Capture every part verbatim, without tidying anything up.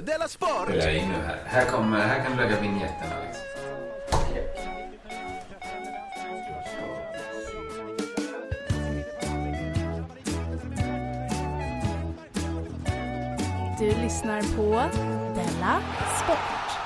Della Sport! Spelar in nu här. Här, kommer, här kan du lägga vignetten, Alex. Du lyssnar på Della Sport.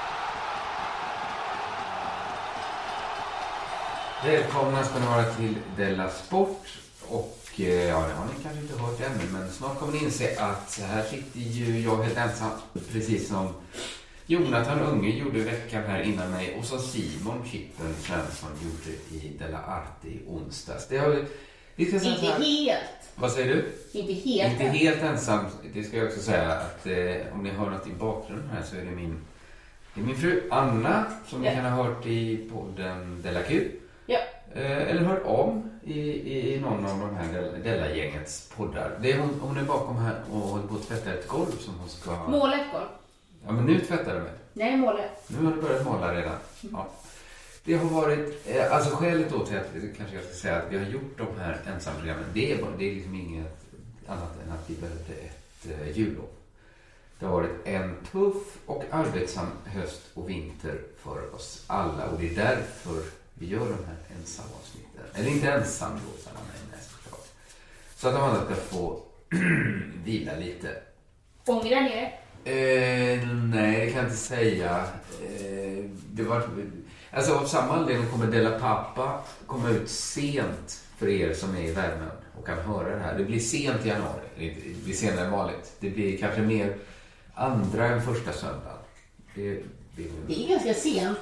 Välkomna ska ni vara till Della Sport. Och ja, det har ni kanske inte hört ännu, men snart kommer ni inse att här sitter ju jag helt ensam, precis som Jonathan Unge gjorde veckan här innan mig och så Simon Chippen Svensson gjorde i Della Arte i onsdags. Det har vi, vi ska säga inte här, helt. vad säger du? Inte helt. Inte helt ensam. Det ska jag också säga att eh, om ni hör något i bakgrunden här så är det min, det är min fru Anna som ja. ni kan ha hört i podden Della Q. Ja. Eller hört om i, i, i någon av de här Della-gängets poddar. Det är hon, hon är bakom här och håller på att tvätta ett golv som hon ska... Måla ett golv. Ja, men nu tvättar du med. Nej, måla. Nu har du börjat måla redan. Ja. Det har varit... Alltså skälet då till att, kanske jag ska säga att vi har gjort de här ensamprogrammen. Det är, bara, det är liksom inget annat än att vi behövde ett uh, jullov. Det har varit en tuff och arbetsam höst och vinter för oss alla. Och det är därför... vi gör de här ensamavsnitten. Eller inte ensam då, så, nej, såklart. Så att de andra ska få vila lite. Ångrar ni er? Eh, nej, det kan jag inte säga. Eh, det var, alltså av samma anledning kommer Della Pappa komma ut sent för er som är i värmen och kan höra det här. Det blir sent i januari. Det blir senare än vanligt. Det blir kanske mer andra än första söndagen. Det, det, det är ganska sent.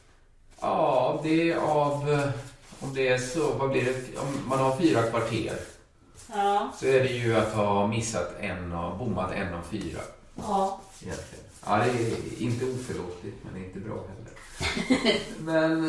Ja, det är av, om det är så, vad blir det, om man har fyra kvarter ja. Så är det ju att ha missat en och bommat en av fyra. Ja. Egentligen. Ja, det är inte oförlåtligt, men det är inte bra heller. Men,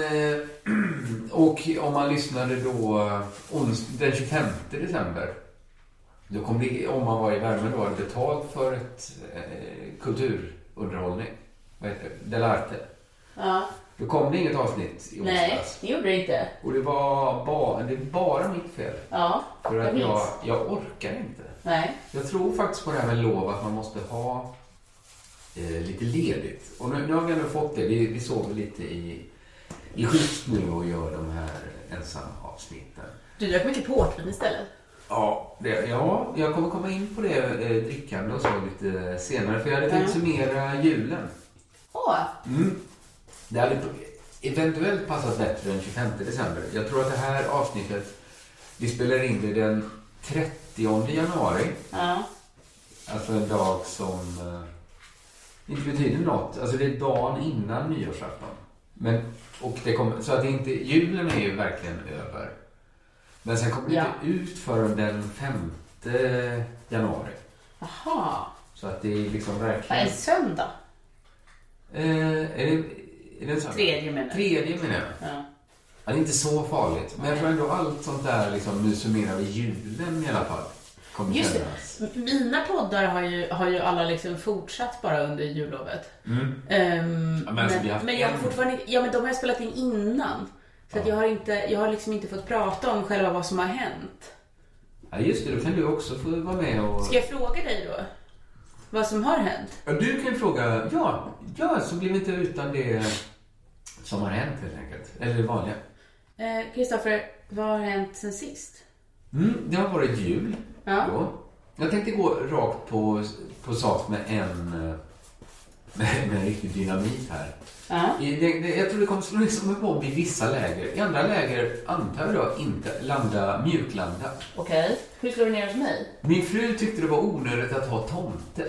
och om man lyssnade då den tjugofemte december, då kom det, om man var i värmen då, hade betalt för ett eh, kulturunderhållning. Vad heter det? Della Arte. Ja. Då kom det inget avsnitt i onsdags. Nej, det gjorde det inte. Och det var bara, det är bara mitt fel. Ja, för att jag, jag, jag orkar inte. Nej. Jag tror faktiskt på det här med lov att man måste ha eh, lite ledigt. Och nu, nu har vi ändå fått det. Vi, vi sover lite i, i skift nu och gör de här ensamavsnitten. Du drack mycket portvin istället. Ja, det, ja, jag kommer komma in på det eh, drickande och så lite senare. För jag hade tänkt summera julen. Åh. Mm. Det hade eventuellt passat bättre den tjugofemte december. Jag tror att det här avsnittet, vi spelar in det den trettionde januari. Ja. Alltså en dag som eh, inte betyder något. Alltså det är dagen innan nyårsafton. Men, och det kommer, så att det inte, julen är ju verkligen över. Men sen kommer det ja. inte ut förrän den femte januari. Aha. Så att det är liksom verkligen... Vad är söndag? Eh, är det... Är det Tredje menar Tredje menar jag. Ja. Ja, det är inte så farligt. Men jag tror ändå allt sånt där liksom, nu summerar vi julen i alla fall. Kommer just kännas. det. Mina poddar har ju, har ju alla liksom fortsatt bara under jullovet. Mm. Um, ja, men alltså, men, men jag har fortfarande, ja men de har jag spelat in innan. Så ja. att jag har inte, jag har liksom inte fått prata om själva vad som har hänt. Ja just det, då kan du också få vara med och... Ska jag fråga dig då? Vad som har hänt? Ja, du kan ju fråga, ja, ja så blir vi inte utan det som har hänt helt enkelt. Eller det vanliga. Kristoffer, eh, vad har hänt sen sist? Mm, det har varit jul. Ja. Då. Jag tänkte gå rakt på, på sak med en, med, med en riktig dynamit här. Ja. I, det, det, jag tror det kommer slå liksom en bomb i vissa läger. I andra läger antar jag inte landa, mjuklanda. Okej. Okay. Hur slår du ner hos mig? Min fru tyckte det var onödigt att ha tomte.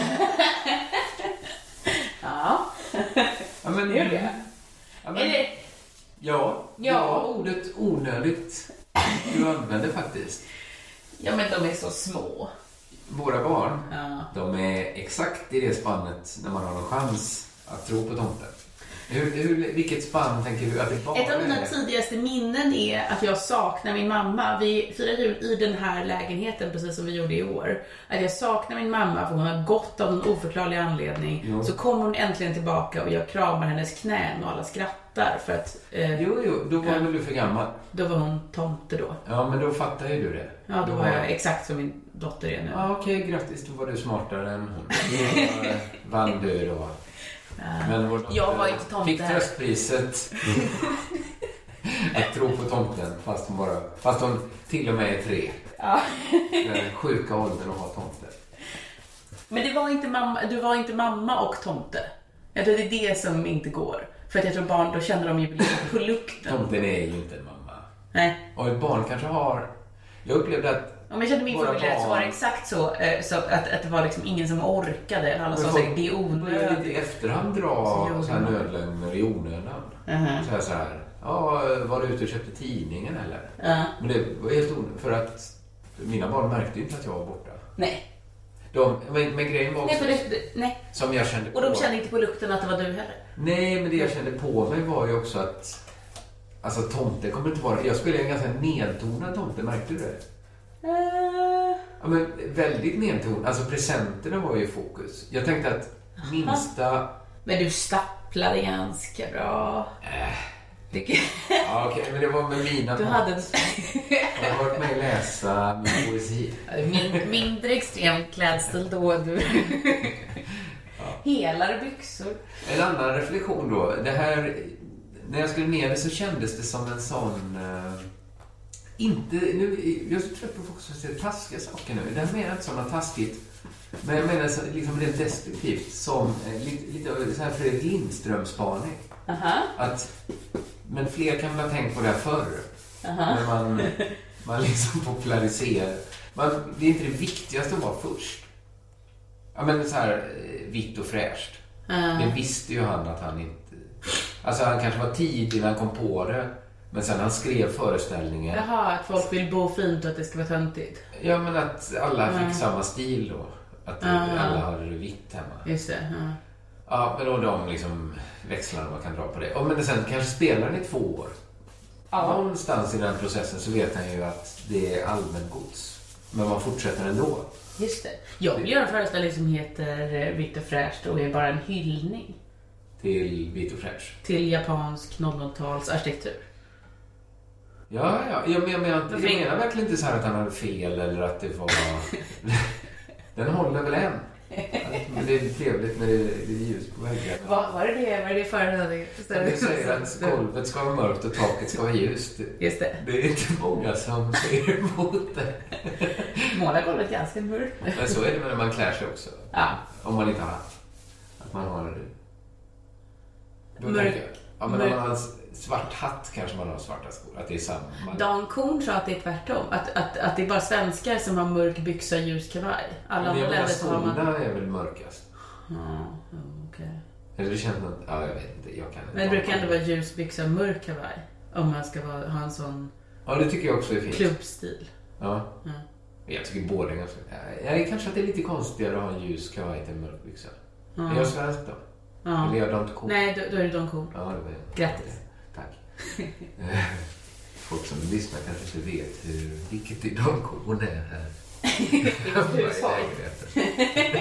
ja. Ja, men... Är det? Ja, men, är det? Ja, ja. ja, ordet onödigt du använder faktiskt. Ja, men de är så små. Våra barn, ja. de är exakt i det spannet när man har en chans att tro på tomten. Hur, hur, vilket spann tänker du att det bara Ett av mina är? tidigaste minnen är att jag saknar min mamma. Vi firar jul i den här lägenheten precis som vi gjorde i år. Att jag saknar min mamma för hon har gått av någon oförklarlig anledning. Jo. Så kommer hon äntligen tillbaka och jag kramar hennes knän och alla skrattar för att eh, Jo, jo, då var Ja. väl du för gammal. då var hon tomte då. Ja, men då fattar ju du det. Ja, då var jag exakt som min dotter är nu. Ja, okej, grattis. Då var du smartare än hon. Då eh, vann du då. Men vår Jag var inte tomte. fick tröstpriset att tro på tomten fast hon, bara, fast hon till och med är tre. Ja. Den sjuka åldern att ha tomte. Men det var inte mamma, du var inte mamma och tomte. Jag tror det är det som inte går. För att jag tror barn, då känner de ju lite på lukten. Tomten är ju inte en mamma. Nej. Och ett barn kanske har... Jag upplevde att... Om jag kände min Våra familj rätt så barn- var det exakt så, eh, så att, att det var liksom ingen som orkade. Eller alla sa säkert, det är började lite i onödigt. efterhand Så dra gjorde så här man. nödlögner i onödan. Mhm. Så här, så här. Ja, var du ute och köpte tidningen eller? Ja. Men det var helt onödigt för att mina barn märkte inte att jag var borta. Nej. De, men, men grejen var också... Nej, för det, det, nej. Som jag kände på... Och de kände inte på lukten att det var du heller. Nej, men det jag kände på mig var ju också att... Alltså tomte kommer inte vara... Jag spelade en ganska nedtonad tomte, märkte du det? Uh, Ja, men väldigt nedtonad. Alltså presenterna var ju i fokus. Jag tänkte att minsta... men du stapplade ganska bra. Äh. Det, Ja, okej, men det var med mina... du hade Har du hört mig läsa min poesi? min, mindre extrem klädstil då. Du. Helar byxor. En annan reflektion då. Det här... När jag skrev ner det så kändes det som en sån... Uh, inte... Nu, jag är så trött på folk som säger taskiga saker nu. Det här menar inte som något taskigt. Men jag menar så, liksom rent destruktivt. Som eh, lite, lite så här Fredrik Lindström-spaning. Aha. Att... Men fler kan väl ha tänkt på det här förr. Aha. Men man, man liksom populariserar. Man, det är inte det viktigaste att vara först. Ja, men så här eh, vitt och fräscht. Uh. Det visste ju han att han inte... Alltså han kanske var tidig när han kom på det. Men sen han skrev föreställningen. Jaha, att folk vill bo fint och att det ska vara töntigt. Ja, men att alla fick Mm. samma stil då. Att Mm. alla hade det vitt hemma. Just det. Ja. Ja, men då de liksom växlarna man kan dra på det. Och men sen kanske spelar den i två år. Ja. Någonstans i den processen så vet han ju att det är allmän gods. Men man fortsätter ändå. Just det. Jag vill göra en föreställning som heter eh, Vitt och fräscht och är bara en hyllning Till vitt och fräsch. till japansk noll noll-tals arkitektur. Ja, ja. Jag, men, jag, menar, jag Varför- menar verkligen inte så här att han hade fel eller att det var... Den håller väl än. Men det är trevligt när det är, det är ljus på väggen. Vad var det det? Var det föreställningen? Det säger att golvet ska vara mörkt och taket ska vara ljust. Just det. Det är inte många som säger emot det. Måla golvet ganska mörkt. Men så är det när man klär sig också. Ja. Om man inte har att man har... Då Mörk- tänker jag, ja, men om mörk- man har en svart hatt kanske man har svarta skor. Att det är samma. Dan Korn sa att det är tvärtom. Att, att, att det är bara svenskar som har mörk byxa och ljus kavaj. Alla Men andra jag menar, länder så har man... skorna är väl mörkast. Ja, ja, okej. Eller det känns något... Ja, jag vet inte. Jag kan inte. Men det brukar ändå vara ljus byxa och mörk kavaj. Om man ska vara, ha en sån Ja, det tycker jag också är fint. klubbstil. Ja. Ja. Jag tycker båda är ganska... Jag är kanske att det är lite konstigare att ha en ljus kavaj till en mörk byxa. Ja. Är jag svensk då? Ja. Eller är jag Don Korn? Nej, då, då är det Don Korn. Ja, det var jag. Grattis. Tack. Eh, Folk som lyssnar kanske inte vet hur, vilket är Don Korn är här. Hemma i lägenheten.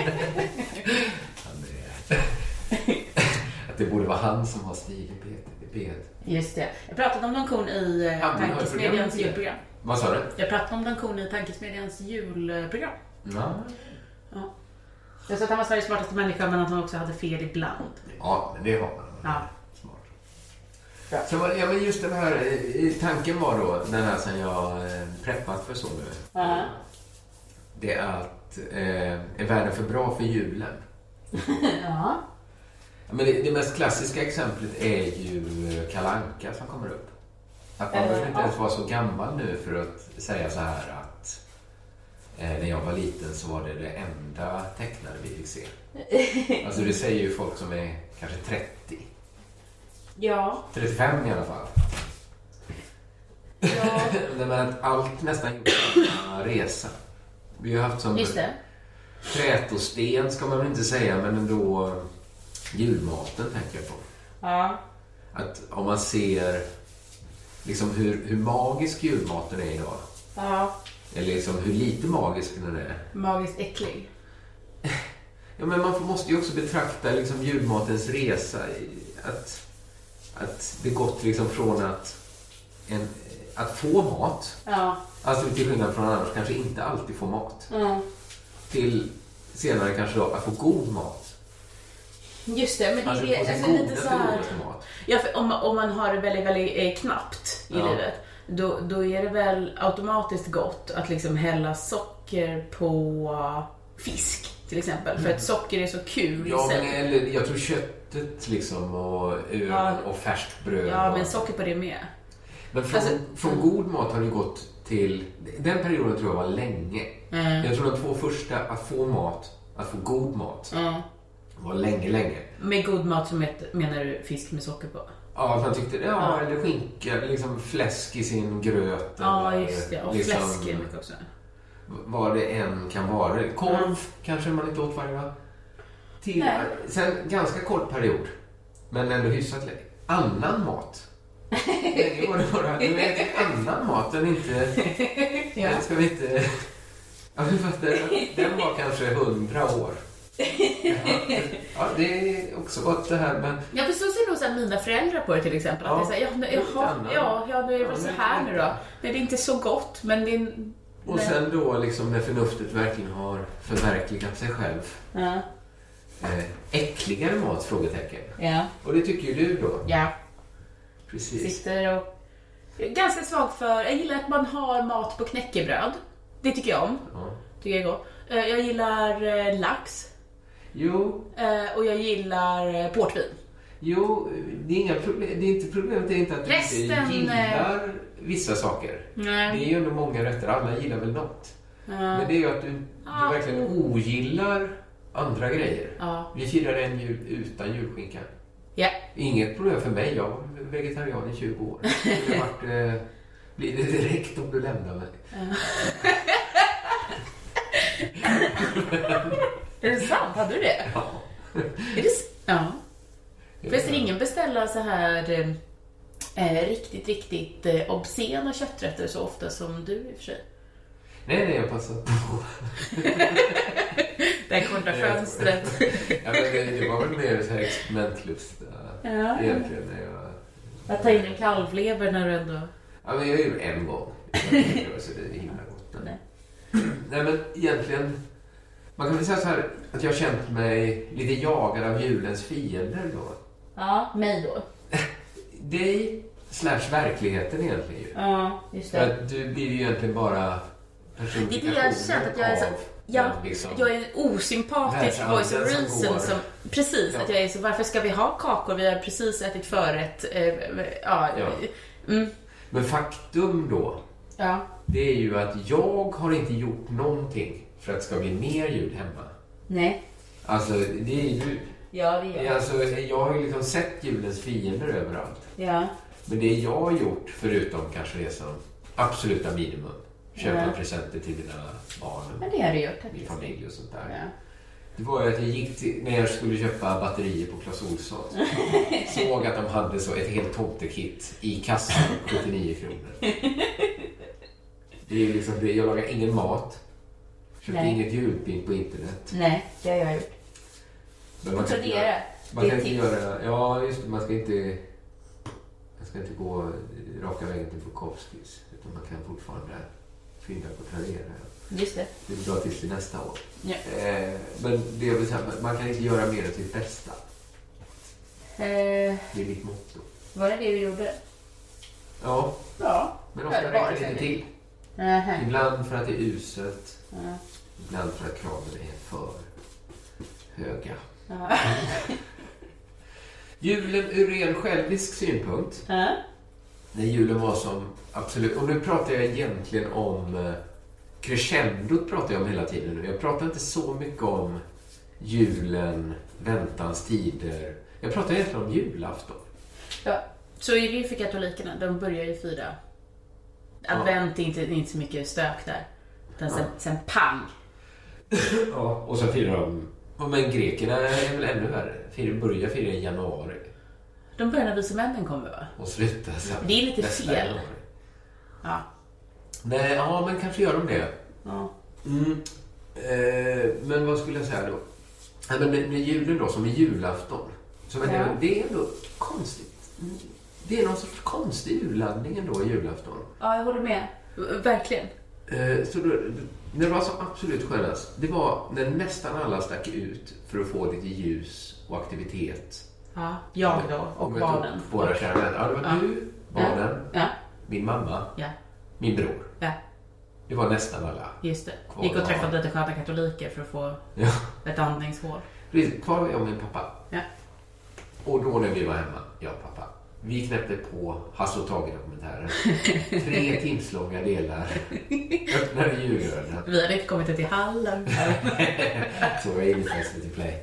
Han är... Att det borde vara han som har stil i P ett. Just det. Jag pratade om Don Korn i eh, Ja, men Tankesmedjans hörprogram. julprogram. Vad sa du? Jag pratade om Don Korn i Tankesmedjans julprogram. Ja. Ja. Jag sa att han var Sveriges smartaste människa, men att han också hade fel ibland. Ja, men det har man. Ja. Smart. Bra. Så var, ja, men just det här, eh, tanken var då, den här som jag eh, preppat för så nu. Ja. Det är att eh, är världen för bra för julen? Ja. Ja, men det, det mest klassiska exemplet är ju Kalle Anka som kommer upp. Att man Eh, behöver inte ja. ens vara så gammal nu för att säga så här att eh, när jag var liten så var det det enda tecknade vi fick se. Alltså det säger ju folk som är kanske trettio. Ja. trettiofem i alla fall. Ja. Nej, men att allt nästan gjort en resa. Vi har haft som Just det. trätosten ska man väl inte säga, men ändå julmaten tänker jag på. Ja. Att om man ser liksom hur, hur magisk julmaten är idag. Ja. Eller liksom hur lite magisk den är. Magiskt äcklig. Ja, men man måste ju också betrakta liksom julmatens resa. Att, att det gått liksom från att, en, att få mat. Ja. Alltså till skillnad från annars kanske inte alltid få mat. Mm. Till senare kanske då att få god mat. Just det, men det alltså, är alltså, alltså, lite så här... mat. Ja, för om, om man har det väldigt, väldigt eh, knappt i Ja. livet, då, då är det väl automatiskt gott att liksom hälla socker på fisk till exempel. Mm. För att socker är så kul Ja, i sig. men eller, jag tror köttet liksom och öl Ja. och färskt bröd. Ja, och... men socker på det med. Men från, Alltså, från mm. god mat har det gått till... Den perioden tror jag var länge. Mm. Jag tror de två första, att få mat, att få god mat, Mm. var länge, länge. Med god mat så menar du fisk med socker på? Ja, man tyckte, ja, Ja. eller skinka, eller liksom fläsk i sin gröt. Ja, eller, just det. Och liksom, fläsk är mycket också. Vad det än kan vara. Korv Mm. kanske man inte åt varje dag. Till, Nej. sen ganska kort period, men ändå hyfsat länge. Annan mat. Länge var det bara, du vet, annan mat, den inte... Ja. Den ska vi inte... Ja, men för att den, den var kanske hundra år. Ja, ja, det är också gott det här, men... Ja, för så ser nog så här mina föräldrar på det till exempel. Att Ja. det är så här, ja, nu- jaha, ja, ja, nu är det Ja, väl så men- här nu då. Nej, det är inte så gott, men det är... Och nej. sen då liksom när förnuftet verkligen har förverkligat sig själv. Ja. Eh, äckligare mat, frågetecken. Ja. Och det tycker ju du då. Ja. Precis. Sitter och... Jag är ganska svag för... Jag gillar att man har mat på knäckebröd. Det tycker jag om. Ja. Tycker jag är gott. Eh, Jag gillar eh, lax. Jo, Eh, Och jag gillar eh, portvin. jo, det är inga problem. Det är inte problemet, det är inte att du Resten, inte gillar vissa saker. Nej. Det är ju ändå många rätter, alla gillar väl något. Men det är ju att du, Ah. du verkligen ogillar andra grejer. Ja. Vi firar en jul utan julskinka. Ja. Inget problem för mig, jag var vegetarian i tjugo år. Det vart, eh, blir det direkt om du lämnar mig. Är det sant? Hade du det? Ja. Är det... s- Ja. Förresten, ingen beställa så här eh, riktigt, riktigt eh, obscena kötträtter så ofta som du i och för sig. Nej, nej, jag passar på. Det här korta fönstret. Ja, men det, det var väl mer så här experimentlust Ja. egentligen när jag... Att ta in en kalvlever när du ändå... Ja, men jag gjorde en gång. Så det är himla gott. Men... Nej. Nej, men egentligen... Man kan väl säga så här att jag har känt mig lite jagad av julens fiender då. Ja, mig då. Dig slash verkligheten egentligen ju. Ja, just För det. att du blir ju egentligen bara Det är det jag har känt att jag är så... av Ja, den, liksom. jag är en osympatisk Världshandeln voice of som reason går. som... Precis, Ja. att jag är så... Varför ska vi ha kakor? Vi har precis ätit förrätt. Eh, ja. Ja. Mm. Men faktum då, Ja. det är ju att jag har inte gjort någonting för att det ska bli mer jul hemma. Nej. Alltså, det är ju... Ja, det gör Alltså, jag har ju liksom sett julens fiender överallt. Ja. Men det jag har gjort, förutom kanske det som absoluta minimum, köpa Ja. presenter till mina barn, Men det har du gjort min faktiskt. familj och sånt där. Ja. Det var ju att jag gick till, när jag skulle köpa batterier på Clas Ohlson, såg att de hade så ett helt tomtekit i kassan, sjuttionio kronor. Det är liksom det, jag lagar ingen mat. Köpte Nej. inget julpynt på internet. Nej, det har jag gjort. Men man kan inte Tradera. göra- Man Det är kan inte tips. göra... Ja, just det. Man ska inte... Man ska inte gå raka vägen till Bukowskis. Utan man kan fortfarande fynda på Tradera. Just det. Det är bra tills till nästa år. Ja. Eh, men det jag vill säga, man kan inte göra mer än sitt bästa. Eh, Det är mitt motto. var det det vi gjorde? Ja, Ja. men ofta Ja, det var räcker det det inte till. Nähä. Ibland för att det är uselt. Ja. Ibland för att kraven är för höga. Ja. Julen ur ren självisk synpunkt. Ja. När julen var som absolut... Och nu pratar jag egentligen om... Eh, crescendot pratar jag om hela tiden nu. Jag pratar inte så mycket om julen, väntans tider. Jag pratar egentligen om julafton. Ja. Så är det ju för katolikerna. De börjar ju fira. Advent är inte, inte så mycket stök där. Utan sen, Ja. sen pang. Ja, och så firar de... Ja, men grekerna är väl ännu värre. Firar, börjar fira i januari. De börjar när vise männen kommer, va? Och slutar sen. Det är lite nästa fel. år. Ja. Nej, ja, men kanske gör de det. Ja. Mm. Eh, men vad skulle jag säga då? Ja, men med, med julen då, som är julafton. Så men Ja. det, det är ändå konstigt. Det är någon sorts konstig urladdning ändå i julafton. Ja, jag håller med. Verkligen. Eh, så då, när det var så absolut skönast, det var när nästan alla stack ut för att få lite ljus och aktivitet. Ja, jag då och med barnen. Våra kära vänner. Ja, det var Ja. du, barnen, Ja. min mamma, Ja. min bror. Ja. Det var nästan alla. Just det. Kvar Gick och var- träffade lite sköna katoliker för att få Ja. ett andningshål. Precis, kvar var jag och min pappa. Ja. Och då när vi var hemma, jag och pappa, vi knäppte på Hasse och Tage-dokumentären. Tre timslånga delar. Öppnade julölen. Vi hade inte kommit till Halland. Så var jag inne på S V T Play.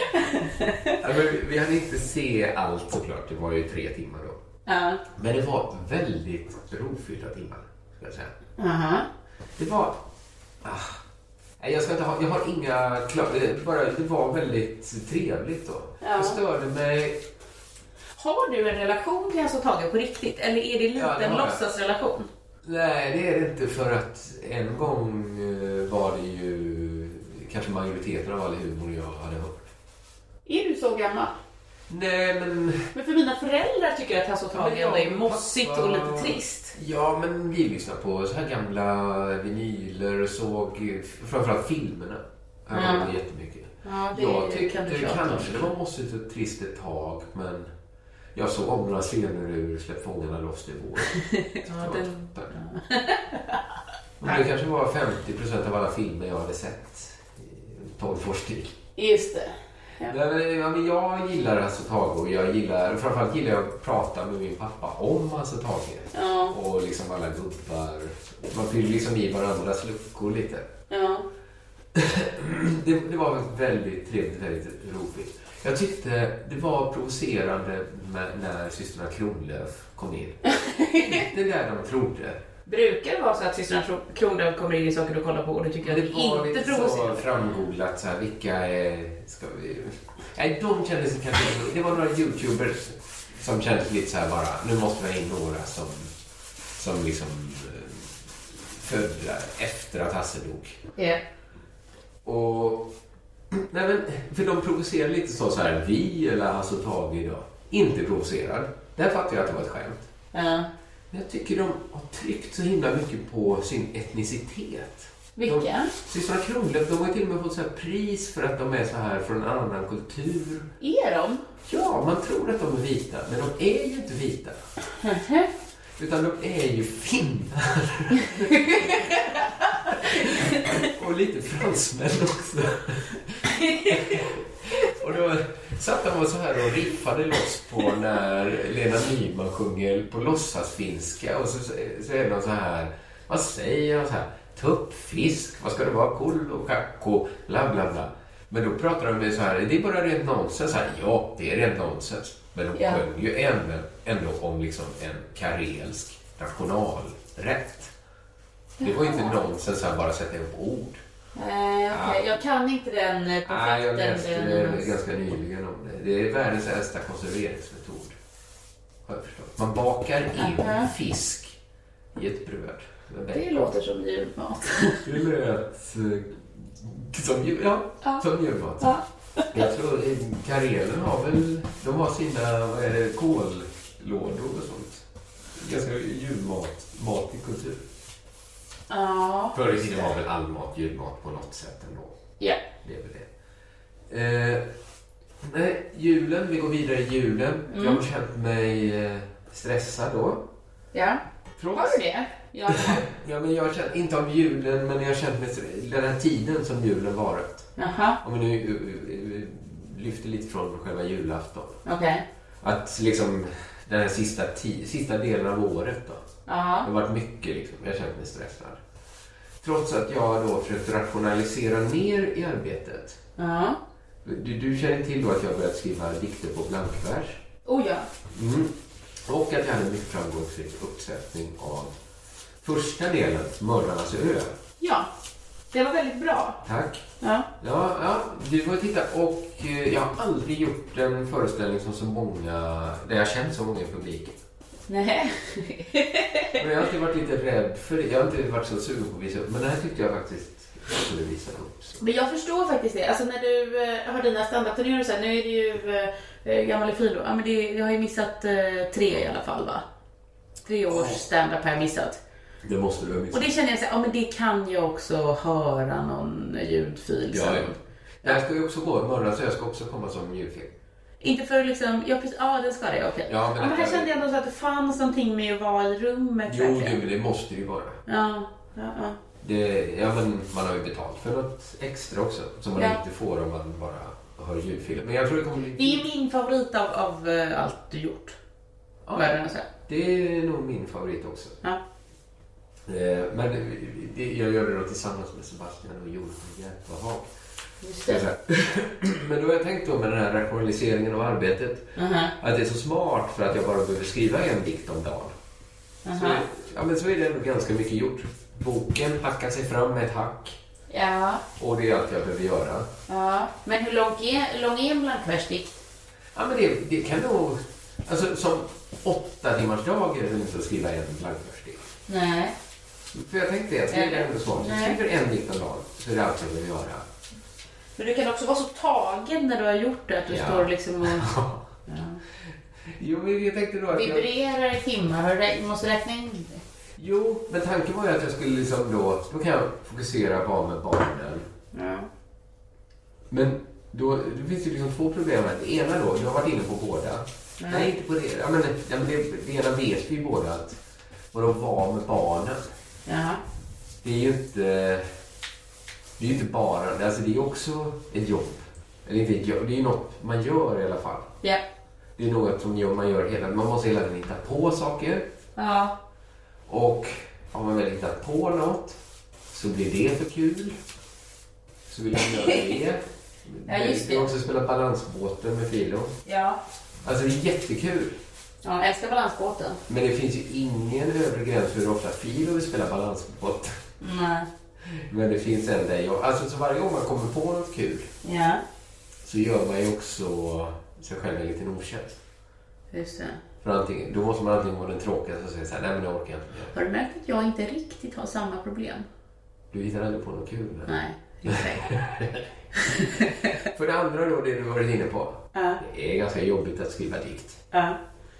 Ja, men vi- vi hade inte se allt såklart. Det var ju tre timmar då. Ja. Men det var väldigt rofyllda timmar, ska jag säga. Aha. Det var... Ah, nej, jag ska inte ha... Jag har inga... Klar, det, bara, det var väldigt trevligt då. Ja. Jag störde mig... Har du en relation till Hasse och Tage på riktigt? Eller är det lite Ja, det en har jag. låtsasrelation? Nej, det är det inte, för att en gång eh, var det ju kanske majoriteten av all humor jag hade hört. Är du så gammal? Nej, men... Men för mina föräldrar tycker att Hasse och Tage Men jag ändå är och mossigt pappa- och lite trist. Ja, men vi lyssnade på så här gamla vinyler och såg framförallt filmerna. Här var det jättemycket. Ja, det Jag kan tyckte du prata om. kanske det var mossigt och trist ett tag, men jag såg om några scener ur Släpp fångarna loss i vår. Ja, den... Men det kanske var femtio procent av alla filmer jag hade sett i tolv års tid. Just det. Ja. Nej, men, ja, men jag gillar Hasse och Tage, och jag gillar, framförallt gillar jag att prata med min pappa om Hasse och Tage. Ja. Och liksom alla gubbar. Man fyller liksom i varandras luckor lite. Ja. Det, det var väldigt trevligt, väldigt roligt. Jag tyckte det var provocerande med, när systrarna Kronlöf kom in. Det där de trodde. Brukar det vara så att systrarna Kronlöf kommer in i saker du kollar på och du tycker att Det det var inte lite så provocerar? framgooglat, så här, vilka är... Ska vi... Nej, de kändes kanske... Det var några YouTubers som kändes lite så här bara, nu måste vi ha in några som, som liksom eh, födda efter att Hasse dog. Ja. Och... Nej, men, för de provocerar lite så, så här, vi eller Hasse och Tage idag. Inte provocerad. Där fattar jag att det var ett skämt. Ja. Men jag tycker de har tryckt så himla mycket på sin etnicitet. Vilka? Systrarna Kronlöf, de har till och med fått så här pris för att de är så här från en annan kultur. Är de? Ja, man tror att de är vita, men de är ju inte vita. Utan de är ju finnar. Och lite fransmän också. Och då satt de så här och riffade loss på när Lena Nyman sjunger på låtsasfinska. Och så, så är de så här, vad säger han så här? Tuppfisk, vad ska det vara? Kull och kakko, bla bla bla. Men då pratar de med så här, det är bara rent nonsens. Så här, ja, det är rent nonsens. Men de Ja. sjöng ju ändå, ändå om liksom en karelsk nationalrätt. Det var ju inte nonsens att bara sätta ihop ord. Nej, okej. Jag kan inte den eh, konflikten. Nej, jag läste den- det ganska nyligen om det. Det är världens äldsta konserveringsmetod. Har jag förstått. Man bakar in Aha. fisk i ett bröd. Det låter som julmat. Det lät eh, som, jul- ja, Ja. som julmat. Ja. Jag tror eh, Karelen har väl, de har sina, vad är det, kållådor och sånt. Ganska julmat, mat i kultur. Ja. Förr i tiden var väl all mat julmat på något sätt ändå. Ja. Det är väl det. Eh, nej, julen, vi går vidare i julen. Mm. Jag har känt mig eh, stressad då. Ja. Trots. Har du det? Ja. Ja, men jag har känt, inte av julen, men jag har känt mig stressad. Den här tiden som julen varit. Jaha. Om vi nu uh, uh, lyfter lite från själva julafton. Okej. Att liksom den här sista, ti- sista delen av året då. Det Ja. har varit mycket liksom. Jag har känt mig stressad. Trots att jag då försökt rationalisera ner i arbetet. Ja. Du, du känner till då att jag börjat skriva dikter på blankvers. Oh ja. Mm. Och att jag hade en mycket framgångsrik uppsättning av första delen, Mördarnas ö. Ja. Det var väldigt bra. Tack. Ja. Ja, ja, du får titta och eh, jag har aldrig gjort en föreställning som så många, där jag känt så många i publiken. Nej. Men jag har alltid varit lite rädd för det. Jag har inte varit så sugen på att visa upp. Men det här tyckte jag faktiskt jag skulle visa upp. Så. Men jag förstår faktiskt det. Alltså när du eh, har dina stand-up-turnéer och så här, nu är det ju eh, gammal fil då. Ja, men det, jag har ju missat eh, tre i alla fall, va? Tre års stand-up har jag missat. Det måste du ha missat. Och det känner jag så här, ja men det kan jag också höra någon ljudfil ja, sen. ja. Jag ska ju också gå imorgon så jag ska också komma som ljudfil. Inte för liksom, ja precis, ja den ska det, okej. Okay. Ja, men, ja, men här kände jag ändå så att det fanns någonting med att vara i rummet. Jo, det, men det måste ju vara. Ja, ja, ja. Det, ja, men man har ju betalt för något extra också som man ja. inte får om man bara har ljudfil. Men jag tror det kommer bli... Det är min favorit av, av uh, allt du gjort. Ja, världen, så. Det är nog min favorit också. Ja. Eh, men det, jag gör det då tillsammans med Sebastian och Johan Järpahag. Just det. Men då har jag tänkt då med den här rationaliseringen av arbetet uh-huh. att det är så smart för att jag bara behöver skriva en dikt om dagen. Uh-huh. Så, ja, men så är det ändå ganska mycket gjort. Boken hackar sig fram med ett hack. Ja. Och det är allt jag behöver göra. Ja. Men hur lång är, lång är en blankversdikt? Ja, men det, det kan nog... Alltså som åtta timmars dag är det inte att skriva en blankversdikt. Nej. För jag tänkte att det är ändå smart. Jag skriver en dikt om dagen så är det allt jag behöver göra. Men du kan också vara så tagen när du har gjort det att du ja. står liksom och... ja. Jo, men jag tänkte då att vibrerar jag... i timmar. Du måste räkna in det. Jo, men tanken var ju att jag skulle liksom då... Då kan jag fokusera bara med barnen. Ja. Men då det finns ju liksom två problem. Det ena då, jag har varit inne på båda. Nej, Nej inte på det. Ja, men, ja, men det, det ena vet vi ju båda att vadå vara med barnen. Ja. Det är ju inte... Det är ju inte bara... Alltså det är också ett jobb. Eller inte ett jobb. Det är ju något man gör i alla fall. Ja. Det är något som man gör hela... Man måste hela tiden hitta på saker. Ja. Och har man väl hittat på något så blir det för kul. Så vill man göra det. Ja, just det. Jag också spela balansbåten med Filo. Ja. Alltså det är jättekul. Ja, jag älskar balansbåten. Men det finns ju ingen övre gräns för hur ofta Filo vill spela balansbåt. Nej. Men det finns en där jag... Alltså så varje gång man kommer på något kul. Ja. Så gör man ju också sig själv en liten otjänst. Just det. För antingen, då måste man antingen vara den tråkigaste och säga så här, nej men det orkar jag inte med. Har du märkt att jag inte riktigt har samma problem? Du hittar aldrig på något kul. Eller? Nej, inte. För det andra då, det du varit inne på. Ja. Det är ganska jobbigt att skriva dikt. Ja.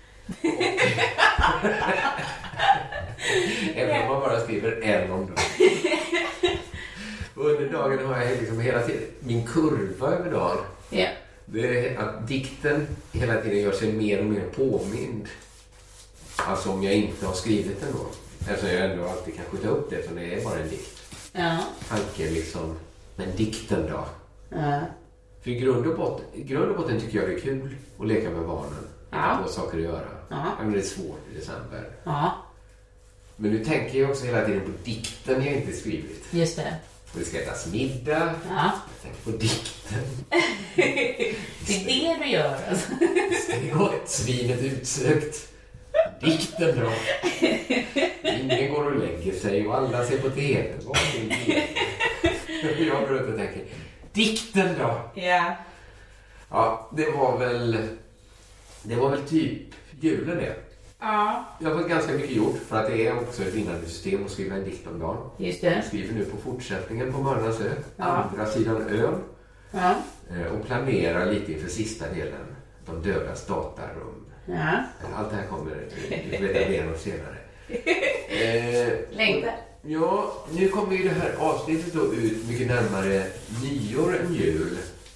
Även om man bara skriver en om dagen. Och under dagen har jag liksom hela tiden, min kurva över dagen. Ja. Det är att dikten hela tiden gör sig mer och mer påmind. Alltså om jag inte har skrivit den då. Eftersom jag ändå alltid kan skjuta upp det, för det är bara en dikt. Ja. Tanken liksom, men dikten då? Ja. För i grund och botten, i grund och botten tycker jag det är kul att leka med barnen. Ja. Hitta på saker att göra. Ja. Men det är svårt i december. Ja. Men nu tänker jag också hela tiden på dikten jag inte skrivit. Just det. Och det ska ätas middag. Ja. Jag tänker på dikten. Det är det du gör alltså. Det är gott, svinet utsökt. Dikten då. Ingen går och lägger sig och alla ser på tv. Vad är det? Jag går ut och tänker, dikten då. Ja. Ja, det var väl det var väl typ julen det. Ja. Jag har fått ganska mycket gjort för att det är också ett vinnande system att skriva en dikt om dagen. Just det. Jag skriver nu på fortsättningen på Mörnas ö, Ja. andra sidan ön. Ja. Och planerar lite inför sista delen, de dödas datarum. Ja. Allt det här kommer du veta mer om senare. Eh, Längtar. Ja, nu kommer ju det här avsnittet då ut mycket närmare nyår än jul.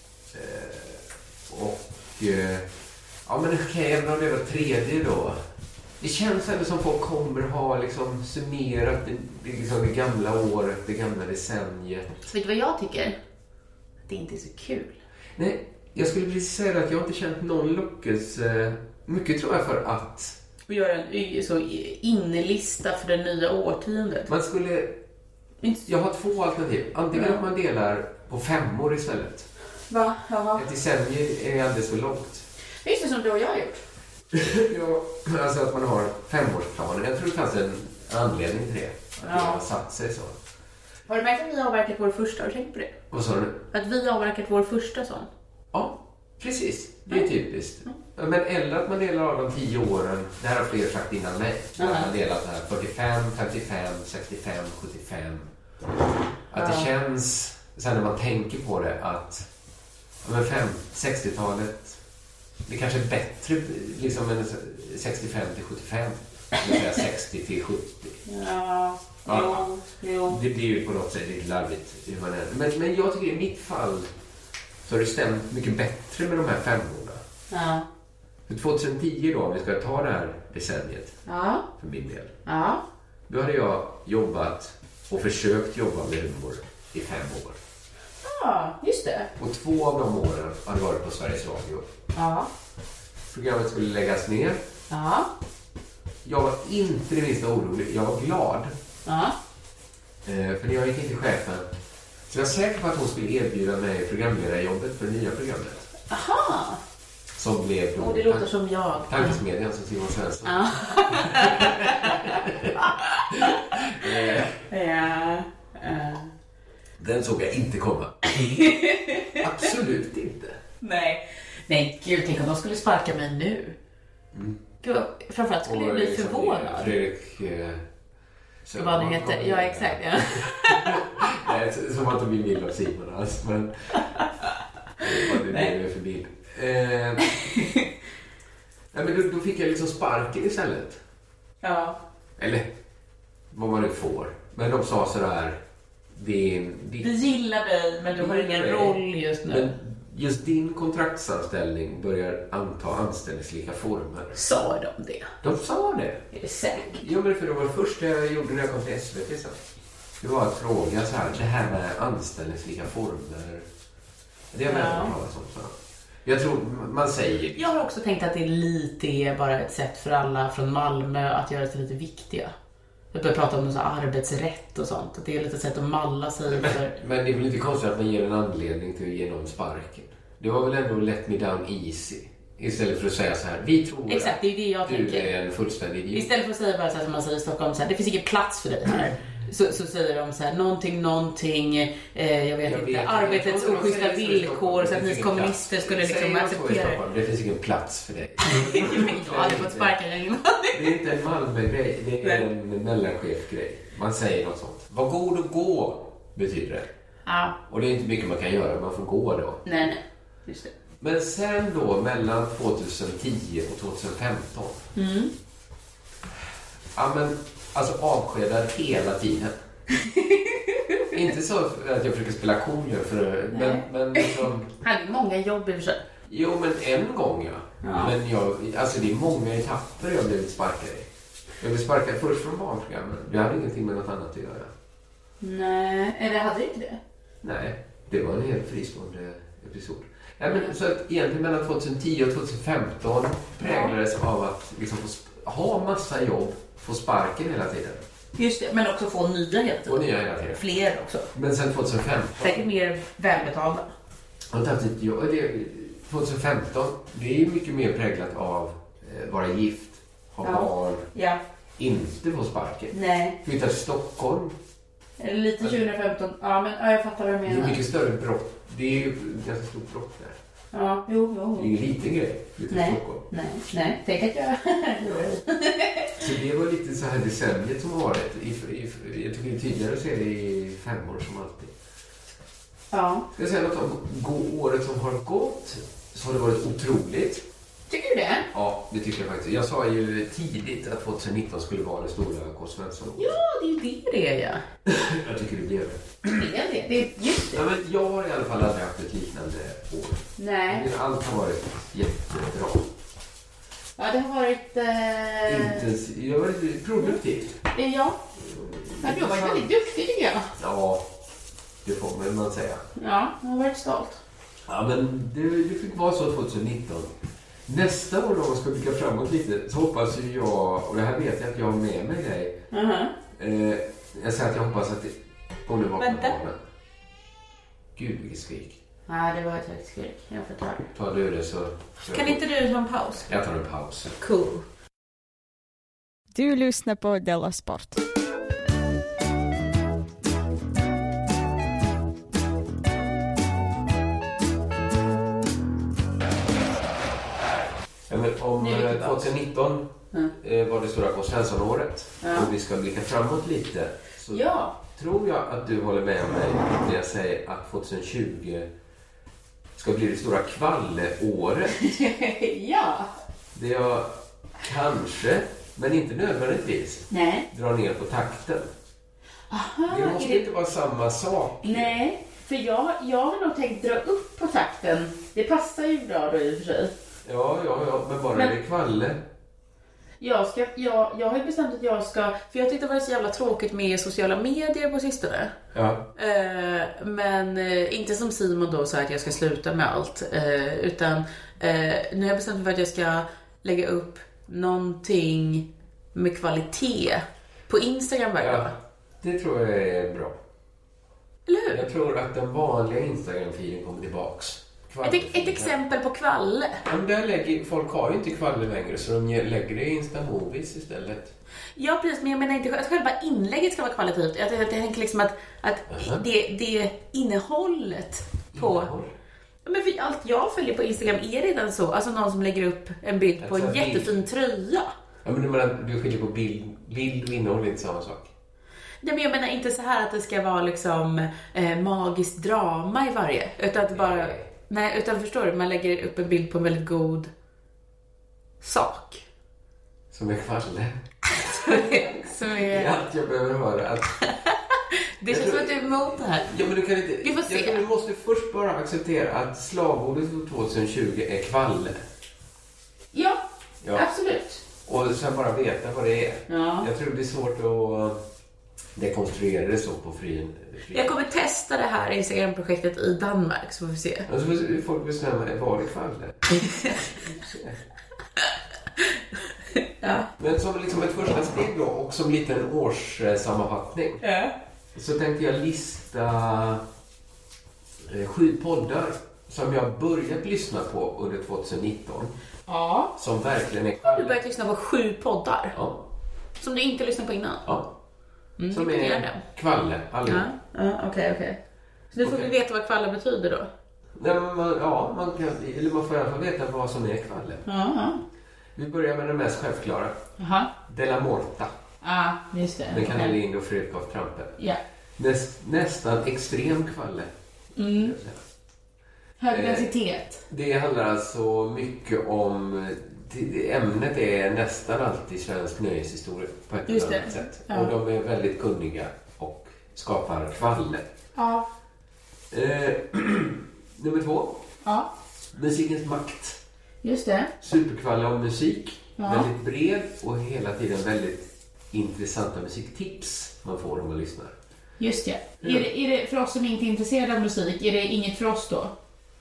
Eh, och eh, ja, men okej, okay, även om det var tredje då. Det känns ändå som folk kommer ha liksom summerat det, det, liksom det gamla året, det gamla decenniet. Vet du vad jag tycker? Det är inte så kul. Nej, jag skulle vilja säga att jag inte känt någon lockelse. Mycket tror jag för att och göra en så innelista för det nya årtiondet. man skulle... Jag har två alternativ. Antingen mm. att man delar på fem år istället. Va? Jaha. Ett decennium är alldeles för långt. Just det, som du och jag har gjort. Ja, alltså att man har femårsplaner. Jag tror det fanns en anledning till det. Att ja. det har satt sig så. Har du märkt att vi har avverkat vår första? Har du tänkt på det? Vad sa du? Att vi har avverkat vår första sån. Ja, precis. Det är typiskt. Mm. Men eller att man delar av de tio åren. Det här har fler sagt innan mig. Mm. Att man delar det här fyrtiofem, femtiofem, sextiofem, sjuttiofem. Att det känns, sen när man tänker på det, att men fem, sextiotalet, det kanske är bättre liksom än sextiofem till sjuttiofem. Det vill säga sextio till sjuttio. Ja, ja. Jo, jo. Det blir ju på något sätt lite larvigt. Men, men jag tycker i mitt fall så har det stämt mycket bättre med de här fem åren. Ja. För tjugohundratio då, om vi ska ta det här decenniet, ja. För min del. Ja. Då hade jag jobbat och försökt jobba med humor i fem år. Ja, just det. Och två av de åren hade varit på Sveriges Radio. Ja. Programmet skulle läggas ner. Ja. Jag var inte det minsta orolig. Jag var glad. Ja. Eh, för när jag gick in till chefen så jag var säker på att hon skulle erbjuda mig programledarjobbet för det nya programmet. Aha. Som blev då... Och det låter som jag. Tankesmedjan som Simon Svensson. Ja. eh, ja. Uh. Den såg jag inte komma. Absolut inte. Nej. Nej, gud, tänk om de skulle sparka mig nu. Mm. Gud, framförallt skulle jag bli liksom förvånad. Fredrik... Eh, så vad nu heter. Ja, exakt. Ja. Nej, som att de vill vill av Simon alls. Men... vad det är för bild. Eh, nej, men då, då fick jag liksom sparken istället. Ja. Eller vad man nu får. Men de sa sådär... Din, din, vi gillar dig, men du har ingen roll just nu. Men just din kontraktsanställning börjar anta anställningslika former. Sa de det? De sa det. Är det säkert? Ja, men för det var det första jag gjorde när jag kom till S V T sen. Det var att fråga så här, det här med anställningslika former. Det har jag ja. med talas om så. Jag tror man säger... Jag har också tänkt att det är lite bara ett sätt för alla från Malmö att göra sig lite viktiga. Jag börjar prata om så arbetsrätt och sånt. Att det är lite ett sätt att malla sig men, för... Men det är väl inte konstigt att man ger en anledning till att ge någon sparken. Det var väl ändå let me down easy. Istället för att säga så här, vi tror exakt, det är det jag du tänker. är en fullständig idiot. Istället för att säga bara så här som man säger i Stockholm, så här, det finns ingen plats för dig här. Så, så säger de så här, någonting, någonting, eh, jag vet jag inte, vet, arbetets oschyssta villkor så att ni kommunister skulle liksom acceptera det. Det finns ingen plats för dig. Jag hade fått sparka den. Det är inte en Malmö-grej, det är en mellanchef-grej. Man säger något sånt. Var god och gå, betyder det. Ja. Och det är inte mycket man kan göra, man får gå då. Nej, nej, just det. Men sen då, mellan tjugohundratio och tjugohundrafemton. Mm. Ja, men alltså avskedad hela tiden. Inte så att jag försöker spela cool nu för men men liksom hade många jobb i och för sig. Jo, men en gång ja. ja. Men jag alltså det är många etapper jag blev sparkad i. Jag blev sparkad först från barnprogrammen. Det hade ingenting med något annat att göra. Nej, eller hade det inte det? Nej, det var en helt fristående episod. Ja, men så att egentligen mellan tjugohundratio och tjugohundrafemton präglades ja. av att liksom få sp- ha massa jobb, få sparken hela tiden. Just det, men också få nya hela tiden. Och nya hela tiden. Fler också. Men sen tjugohundrafemton... Säkert mer välbetalda. Och tjugohundrafemton, det är mycket mer präglat av eh, vara gift, ha ja. barn, ja. inte få sparken. Nej. Flytta till Stockholm. Eller lite tjugohundrafemton, ja men ja, jag fattar vad du menar. Det är mycket större brott. Det är ju ett ganska stort brott där. Ja, jo, jo. Det är ingen liten grej. Flytta till Stockholm. Nej, nej. Tänk att jag Så det var lite så här decenniet som har varit. I, i, jag tycker det är tydligare att se det i fem år som alltid. Ja. Ska jag säga något om gå- året som har gått, så har det varit otroligt. Tycker du det? Ja, det tycker jag faktiskt. Jag sa ju tidigt att tjugonitton skulle vara det stora K. Svensson. Ja, det är ju det det är, ja. Jag tycker det blev det. Det är det. Det är just det. Ja, men jag har i alla fall aldrig haft ett liknande år. Nej. Allt har varit jättebra. Ja, det har varit... Eh... Intensivt. Det har varit produktivt. Ja. Ja, du har varit väldigt duktig, tycker jag. Ja, det får man säga. Ja, jag har varit stolt. Ja, men det, det fick vara så tjugonitton. Nästa år då, om man ska bygga framåt lite, så hoppas ju jag, och det här vet jag att jag har med mig dig. Uh-huh. Eh, jag säger att jag hoppas att det... Om nu vaknar Vänta. barnen. Gud, vilket skrik. Nej, det var ett högt skrik. Jag får ta det. Tar du det så... Kan inte du ta en paus? Jag tar en paus. Cool. Du lyssnar på Della Sport. men om tjugonitton mm. var det stora K. Svensson-året ja. och vi ska blicka framåt lite, så ja. tror jag att du håller med mig när jag säger att tjugohundratjugo ska bli det stora kvalleåret. Ja. Det jag kanske, men inte nödvändigtvis, Nej. drar ner på takten. Aha, det måste det... inte vara samma sak. Nej, för jag, jag har nog tänkt dra upp på takten. Det passar ju bra då i och för sig. Ja, ja, ja, men bara men... det kvalle. Jag, ska, jag, jag har ju bestämt att jag ska... För jag tyckte det var så jävla tråkigt med sociala medier på sistone. Ja. Eh, men eh, inte som Simon då sa att jag ska sluta med allt. Eh, utan eh, nu har jag bestämt mig för att jag ska lägga upp någonting med kvalitet på Instagram varje Ja, dag. det tror jag är bra. Eller hur? Jag tror att den vanliga Instagram-feeden kommer tillbaks. Ett, ett exempel på kvalle. Ja, men där lägger, folk har ju inte kvalle längre, så de lägger det i Insta-movies istället. Ja, precis, men jag menar inte att själva inlägget ska vara kvalitativt. Jag, jag, jag tänker liksom att, att uh-huh. det, det innehållet på... Innehåll. Men för allt jag följer på Instagram är redan så. Alltså någon som lägger upp en bild på en jättefin bild. Tröja. Ja, men du menar, du skiljer på bild, bild och innehåll, är inte samma sak. Nej, men jag menar inte så här att det ska vara liksom eh, magiskt drama i varje. Utan att bara... Nej. Nej, utan förstår du, man lägger upp en bild på en väldigt god sak. Som är kvalle. som är... Det är allt jag behöver höra. Att... det känns som att du är emot det här. Ja, men du kan inte... Vi får se. Jag tror du måste först bara acceptera att slagordet för tjugohundratjugo är kvalle. Ja, ja, absolut. Och sen bara veta vad det är. Ja. Jag tror det blir svårt att dekonstruera det så på fri. fri. Jag kommer testa det här Instagram-projektet i Danmark, så får vi se. Och så får folk bestämma vad det kvalle. Ja. Men som liksom ett första steg då, och som liten årssammanfattning, ja. så tänkte jag lista eh, sju poddar som jag börjat lyssna på under tjugonitton. Ja. Som verkligen är kvalle. Har du börjat lyssna på sju poddar? Ja. Som du inte lyssnade på innan? Ja. Mm, som är kvalle, allihop. Ja, ja, okej, okay, okej. Okay. Så nu får okay. vi veta vad kvalle betyder då? Nej, men man, ja, man kan, eller man får i alla fall veta vad som är kvalle. Ja. Vi börjar med den mest självklara. Aha. Della Morta. Ja, just det. Den kan okay. Lind och Fredrik af Trampe. Ja. Näst, nästan extrem kvalle. Mm. Hög densitet. Eh, det handlar alltså mycket om... Ämnet är nästan alltid svensk nöjeshistoria på ett eller annat sätt. Ja. Och de är väldigt kunniga och skapar kvalle. Ja. Eh, nummer två. Ja. Musikens makt. Just det. Superkvalle om musik. Ja. Väldigt bred och hela tiden väldigt intressanta musiktips man får om man lyssnar. Just det. Ja. Är det, är det för oss som inte är intresserade av musik, är det inget för oss då?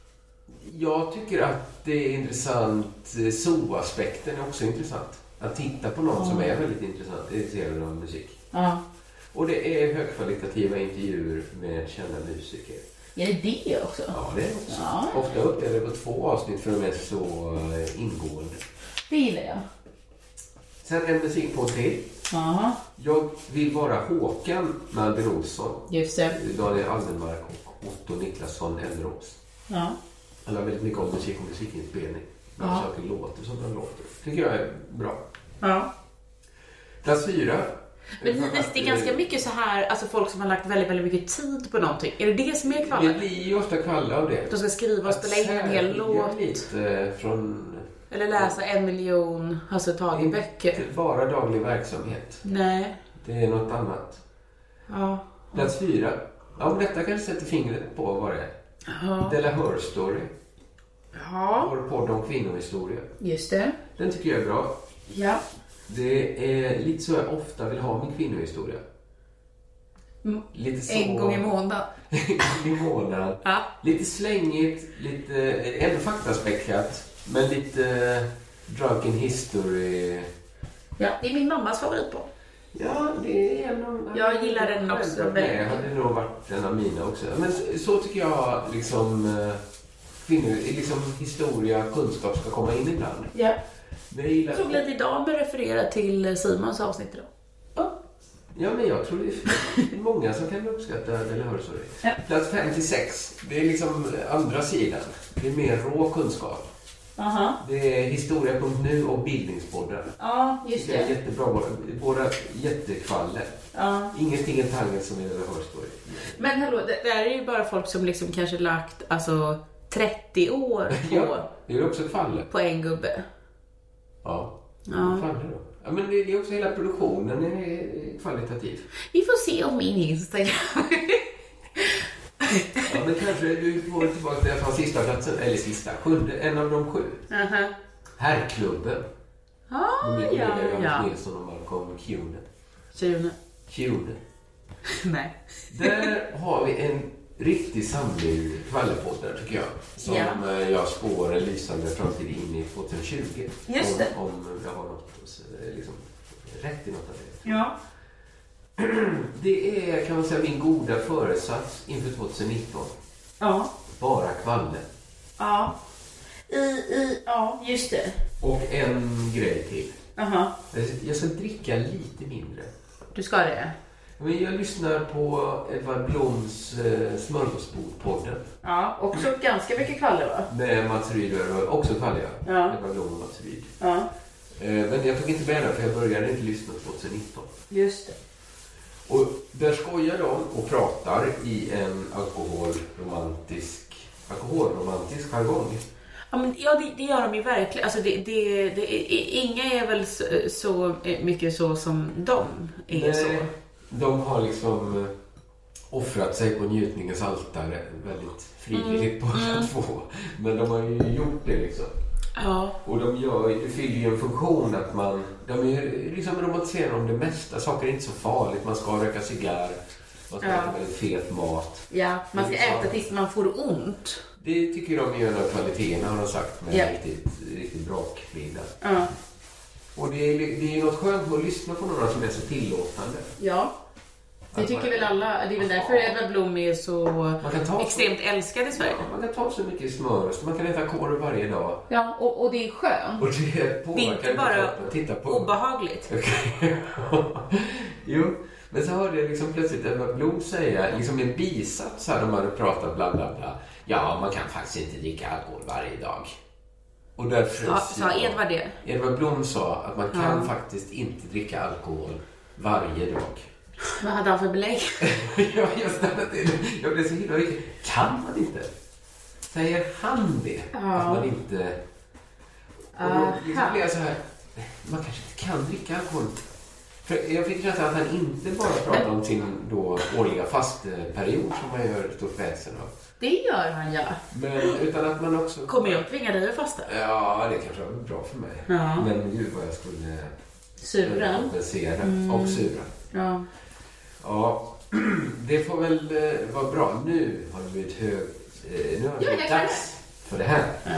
Jag tycker att det är intressant. S O A-aspekten är också intressant. Att titta på någon ja. Som är väldigt intressant, intresserad av musik. Ja. Och det är högkvalitativa intervjuer med kända musiker. Är det det också? Ja, det är också. Ja. Ofta uppdelar det på två avsnitt för de är så ingående. Det gillar jag. Sen en musik på till. Aha. Jag vill vara Håkan med Albin Olsson. Just det. Daniel Aldenmark och Otto Niklasson Elderås. Ja. Han har väldigt mycket om musik och musikinspelning. Man ja. Saker låter som de låter. Tycker jag är bra. Ja. Plats fyra. Men hittills det är ganska mycket så här, alltså folk som har lagt väldigt, väldigt mycket tid på någonting. Är det det som är kvalle? Det blir ju ofta kvalle av det. De ska skriva och spela in en hel låt. Lite från... Eller läsa en miljon Hasse Tage böcker. Inte bara daglig verksamhet. Nej. Det är något annat. Ja. Plats fyra. Ja, men detta kanske sätter fingret på vad det är. Ja. Della Her Story. Ja. Vår podd om kvinnohistoria. Just det. Den tycker jag är bra. Ja. Det är lite så jag ofta vill ha min kvinnohistoria. Mm. Lite så... En gång i månaden. En gång i månaden. Ja. Lite slängigt, lite ändå faktaspäckat, men lite drunken history. Ja, det är min mammas favorit på. Ja, det är en av... Jag gillar den också. Det hade nog varit en av mina också. Men så, så tycker jag liksom, kvinnor, liksom historia, kunskap ska komma in ibland. Ja. Jag gillar... såg lite idag med referera till Simons avsnitt idag. Ja. Ja, men jag tror det är många som kan uppskatta Della Her Story. Ja. Plats femtiosex. Det är liksom andra sidan. Det är mer rå kunskap. Aha. Det är historia punkt nu och bildningspodden. Ja, just det. Det är jättebra. Båda jättekvaller. Ja. Ingenting i tangen som är det hörstår. Men hallå, det, det är ju bara folk som liksom kanske lagt alltså trettio år på, Ja, det är också kvaller. på en gubbe. Ja, Ja. kvaller då. Ja, men det är också hela produktionen är kvalitativ. Vi får se om min Instagram. Ja, men kanske du går tillbaka till att ha sista platsen, eller sista, sjunde, en av de sju. Aha. Herrklubben. Ah, Med min ja, kollega ja. Johannes Nilsson och Malcolm Kuhne. Tjune. Kuhne. Nej. Där har vi en riktig samling kvallerpoddar tycker jag. Som Ja. eh, jag spår en lysande framtid in i tjugohundratjugo. Just det. Om, om jag har något eh, liksom, rätt i något av det. Ja. Det är kan man säga min goda föresats inför tjugonitton. Ja. Bara kvaller. Ja. I, i, ja, just det. Och en grej till. Aha. Jag ska dricka lite mindre. Du ska det? Men jag lyssnar på Edvard Bloms eh, Smörgåsbord-podden. Ja, också ganska mycket kvaller va? Med Mats Ryd och också kvaller. Ja. Edvard Blom och Mats Ryd. Ja, Eh, men jag tog inte med det för jag började inte lyssna tjugonitton. just det. Och där skojar de och pratar i en alkoholromantisk, alkoholromantisk jargong. Ja, men, ja det, det gör de ju verkligen. Alltså det, det, det, inga är väl så, så mycket så som de är. Nej, så. de har liksom offrat sig på njutningens altare väldigt frivilligt Mm. båda Mm. två. Men de har ju gjort det liksom. Ja. Och de gör, det fyller ju en funktion att man, de är liksom romantiserar om det mesta. Saker är inte så farligt, man ska röka cigarr, man ska Ja. äta väldigt fet mat. Ja, man ska Det är liksom- äta tills man får ont. Det tycker de är en av kvaliteterna har de sagt med Ja. riktigt, riktigt brakbilda. Ja. Och det är, det är något skönt med att lyssna på några som är så tillåtande. Ja. Det tycker väl alla. Det är väl därför Edvard Blom är så Man kan ta extremt älskad i Sverige. Ja, man kan ta så mycket smöröst, man kan äta korv varje dag. Ja, och, och det är skönt. Och det Det är inte bara titta på. obehagligt. Jo, men så hörde jag liksom plötsligt Edvard Blom säga, liksom en bisats här, de hade pratat bla bla bla. Ja, man kan faktiskt inte dricka alkohol varje dag. Och därför Sa, sa Edvard det? Edvard Blom sa att man kan Ja. faktiskt inte dricka alkohol varje dag. Vad hade han för belägg? Ja, just det. Jag blev så himla viktigt. Kan man inte? Säger han det? Ja. Att man inte... Och då liksom blev jag så här... Man kanske inte kan dricka alkohol. För jag fick känslan att han inte bara pratar om sin då årliga fastperiod som man gör stort väsen av. Det gör han, ja. Men utan att man också... Kommer jag tvinga dig att fasta? Ja, det kanske var bra för mig. Ja. Men gud vad jag skulle... Sura. Kompensera. Mm. Och sura. Ja. Ja, det får väl eh, vara bra. Nu har det blivit hög... Eh, nu har det Ja, blivit det är dags för det här. Ja.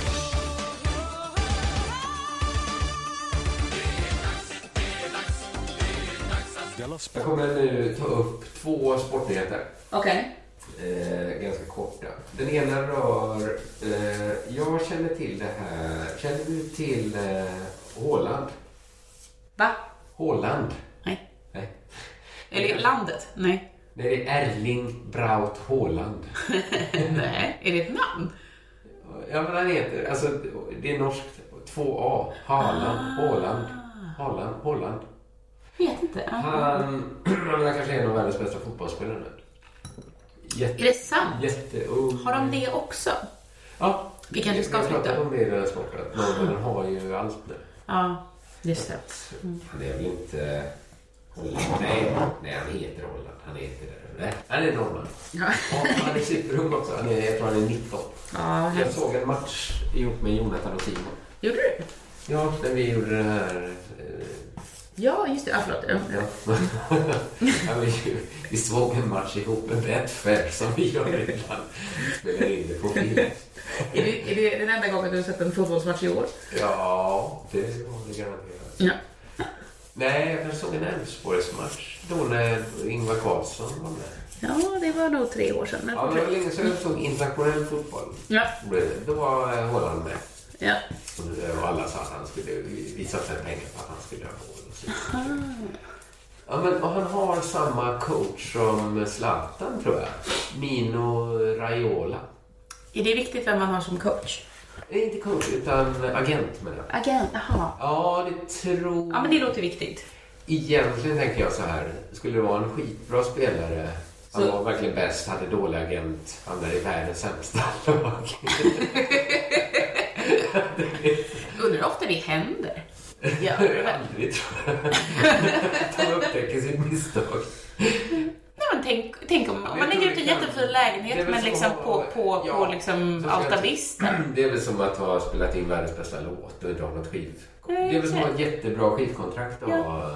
Jag kommer nu ta upp två sportnyheter. Okej. Eh, ganska korta. Den ena rör... Eh, jag känner till det här... Känner du till eh, Håland? Va? Håland? Nej. Nej. Eller landet? Nej. Nej, det är Erling Braut Haaland. Nej. Är det ett namn? Ja, men han heter... Alltså, det är norskt. Två A. Haaland. Håland. Haaland. Håland. Vet inte. Ja. Han, han kanske är en av världens bästa fotbollsspelare. Jätte, Är det sant? jätteung. Har de det också? Ja. Vi kanske ska jag flytta. pratar om det i den här sporten. Norrmännen har ju allt nu. Ja, just det. Mm. Han är väl inte... Holland. Nej, nej, han heter Holland. Han heter det. Nej, han är norrman. Ja. Ja, han är superung också. Han är, jag tror han är nitton. Ja, Jag hemskt. såg en match ihop med Jonathan och Simon. Gjorde du? Ja, när vi gjorde det här... Eh, Ja, just det. Ah, förlåt. Ja. Ja. Ja, vi, vi såg en match ihop med Betfair som vi gör ibland. Spelar in det på film. Är, det, är det den enda gången du har sett en fotbollsmatch i år? Ja, det var det garanterat. Ja. Nej, jag kanske såg en Elfsborgsmatch då när Ingvar Carlsson var med. Ja, det var nog tre år sedan. Men Ja, men det var länge sedan jag såg internationell fotboll. Ja. Då var Holland med. Ja. Och alla sa att han skulle, vi satsade pengar på att han skulle ha mål. Och så. Ja, men och han har samma coach som Zlatan, tror jag. Mino Raiola. Är det viktigt vem man har som coach? Inte coach, utan agent med det. Agent, jaha. Ja, det tror... Ja, men det låter viktigt. Egentligen tänker jag så här. Skulle det vara en skitbra spelare, han så... var verkligen bäst, hade dålig agent, han är i världens sämsta lag. Undrar ofta det händer. Ja, aldrig tror jag. De upptäcker sitt misstag. Nej, men tänk, tänk om, om man lägger ut en jättefin lägenhet men liksom på, på, ja, på liksom Alta Vista. Det är väl som att ha spelat in världens bästa låt och inte ha något skiv. Det är väl som att ha ett jättebra skivkontrakt och ja. ha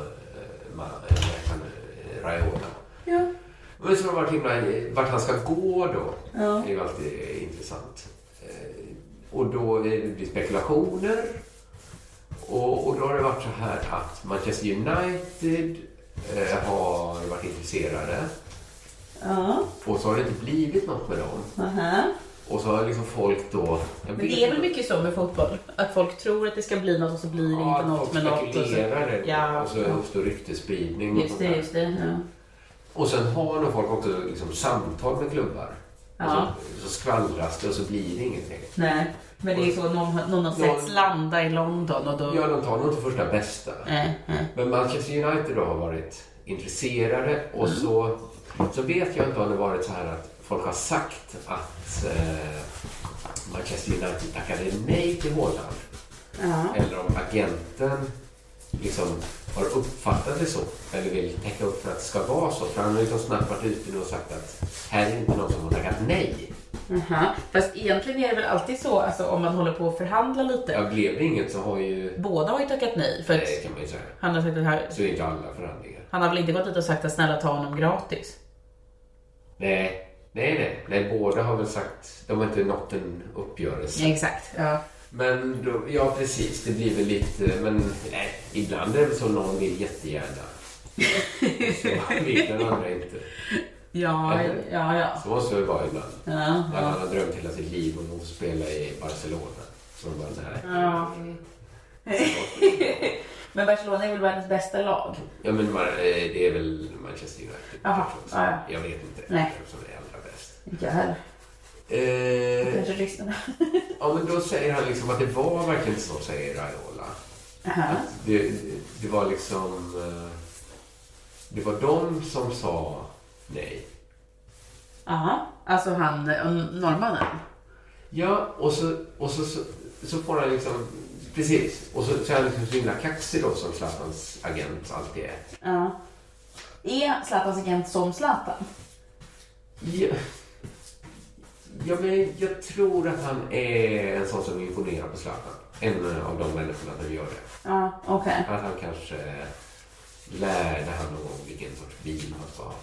Raiola. Ja. Men så har det varit himla, vart han ska gå då. Ja. Det är ju alltid intressant. Och då är det spekulationer. Och, och då har det varit så här att Manchester United eh, har varit intresserade. Ja. Och så har det inte blivit något med dem. Uh-huh. Och så har liksom folk då... Men det är väl mycket så med fotboll? Att folk tror att det ska bli något och så blir det ja, inte något med något. Och så, det, ja, och så ja. uppstår ryktespridning. Just det, just det. Ja. Och sen har nog folk också liksom samtal med klubbar. Ja. Och så, så skvallras det och så blir det ingenting. Nej. Men det är så någon, någon har setts landa i London och då... Ja, de tar nog inte första bästa. Mm, mm. Men Manchester United då har varit intresserade och mm. så, så vet jag inte om det varit så här att folk har sagt att eh, Manchester United tackade nej till Haaland. Mm. Eller om agenten liksom har uppfattat det så eller vill täcka upp för att det ska vara så. För han har liksom snabbt varit ute och sagt att här är inte någon som har tackat nej. Uh-huh. Fast egentligen är det väl alltid så alltså, om man håller på att förhandla lite. Ja, blev det inget så har ju... Båda har ju tackat nej. För det kan man ju säga. Han har sagt det här... Så är inte alla förhandlingar. Han har väl inte gått ut och sagt att snälla ta honom gratis? Nej, nej, nej. nej båda har väl sagt... De har inte nått en uppgörelse. Exakt, ja. Men då, ja, precis. Det blir väl lite... Men nej, ibland är det så någon vill jättegärna. Så vill den andra inte. Ja, ja, ja. Så måste det vara ibland. Ja, ja. Han har drömt hela sitt liv om att spela i Barcelona. Så de bara, nej. Ja. Men Barcelona är väl världens bästa lag? Ja, men det är väl Manchester United. Jaha, ja. Jag vet inte nej. vem som är allra bäst. Inte jag heller. Eh, Kanske lyssnarna. Ja, men då säger han liksom att det var verkligen så, säger Raiola. Uh-huh. Det, det var liksom... Det var de som sa nej. Ja, alltså han, norrmannen. Ja, och så, och så, så, så får han liksom, precis, och så, så är han liksom så himla kaxig då som Zlatans agent alltid är. Ja. Är Zlatans agent som Zlatan? Ja, ja, men jag tror att han är en sån som imponerar på Zlatan. En av de människorna som gör det. Ja, okej. Okay. Att han kanske... lärde han någon gång vilken sorts bil han ska ha.